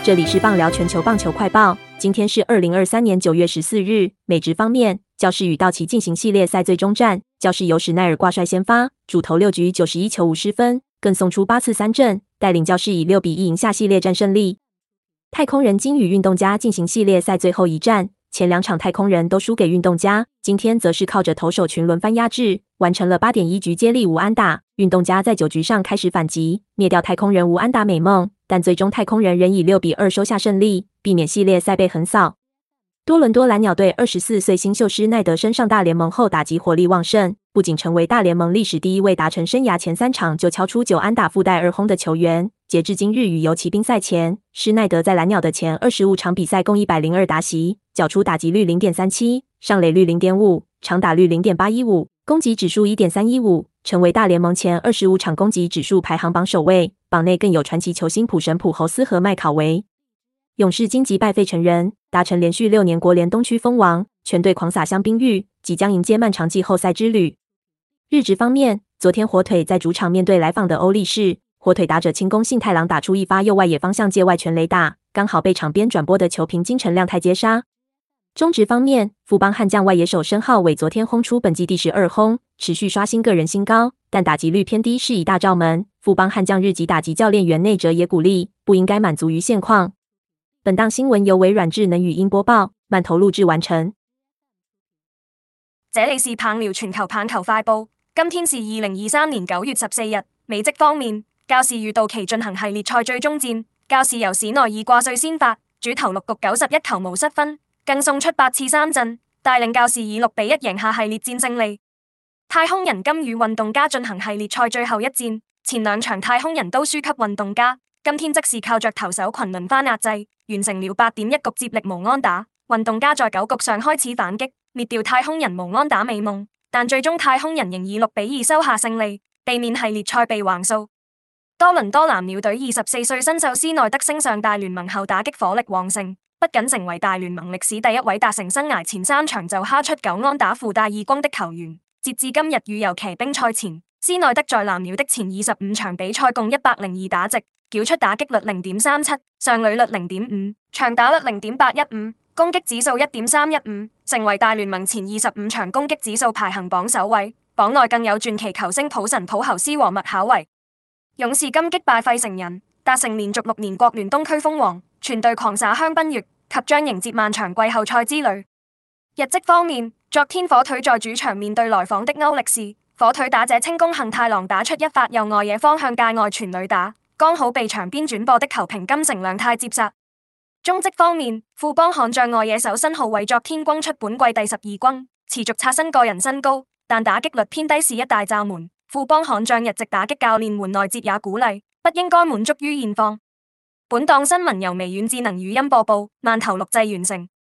这里是棒聊全球棒球快报，今天是2023年9月14日。美职方面，教士与道奇进行系列赛最终战，教士由史奈尔挂帅先发，主投6局91球5失分，更送出8次三振，带领教士以6-1赢下系列战胜利。太空人今与运动家进行系列赛最后一战，前2场太空人都输给运动家，今天则是靠着投手群轮番压制，完成了8.1局接力无安打。运动家在9局上开始反击，灭掉太空人无安打美梦，但最终太空人仍以6-2收下胜利，避免系列赛被横扫。多伦多蓝鸟队24岁新秀施耐德升上大联盟后打击活力旺盛，不仅成为大联盟历史第1位达成生涯前3场就敲出9安打附带2轰的球员。截至今日与游骑兵赛前，施耐德在蓝鸟的前25场比赛共102打席，缴出打击率 0.37， 上垒率 0.5， 长打率 0.815， 攻击指数 1.315， 成为大联盟前25场攻击指数排行榜首位。榜内更有传奇球星普神普侯斯和麦考维。勇士今击败费城人，达成连续6年国联东区封王，全队狂洒香槟浴，即将迎接漫长季后赛之旅。日职方面，昨天火腿在主场面对来访的欧力士，火腿打者清宫幸太郎打出一发右外野方向界外全垒打，刚好被场边转播的球评金城亮太接杀。中职方面，富邦悍将外野手申浩伟昨天轰出本季第12轰，持续刷新个人新高，但打击率偏低是一大罩门。富邦悍将日籍打击教练员内哲也鼓励，不应该满足于现况。本档新闻由微软智能语音播報，慢投錄製完成。 這裡是棒聊全球棒球快報，今天是2023年9月14日。美職方面，教士與道奇進行系列賽最終戰，教士由史奈爾掛帥先發，主投6局91球無失分，更送出8次三振，帶領教士以6-1贏下系列戰勝利。太空人今與運動家進行系列賽最後一戰，前2場太空人都輸給運動家，今天則是靠着投手群輪番壓制，完成了8.1局接力無安打。運動家在9局上開始反擊，滅掉太空人無安打美夢，但最終太空人仍以6-2收下勝利，避免系列賽被橫掃。多倫多藍鳥隊24歲新秀斯內德升上大聯盟後打擊火力旺盛，不僅成為大聯盟歷史第1位達成生涯前3場就敲出9安打附帶2轟的球員。截至今日與遊騎兵賽前，斯內德在藍鳥的前25場比賽共102打席，繳出打擊率 0.37， 上壘率 0.5， 長打率 0.815， 攻擊指數 1.315， 成為大聯盟前25場攻擊指數排行榜首位。榜內更有傳奇球星普神普侯斯和麥考維。勇士今擊敗費城人，達成連續6年國聯東區封王，全隊狂灑香檳浴，及將迎接漫長季後賽之旅。日職方面，昨天火腿在主場面對來訪的歐力士，火腿打者清宮幸太郎打出一發右外野方向界外全壘打，剛好被場邊轉播的球評金城亮太接殺。中職方面，富邦悍將外野手申浩偉昨天轟出本季第12轟，持續刷新個人新高，但打擊率偏低是一大罩門。富邦悍將日籍打擊教練門內哲也鼓勵，不應該滿足於現況。本檔新聞由微軟智能語音播報，慢投錄製完成。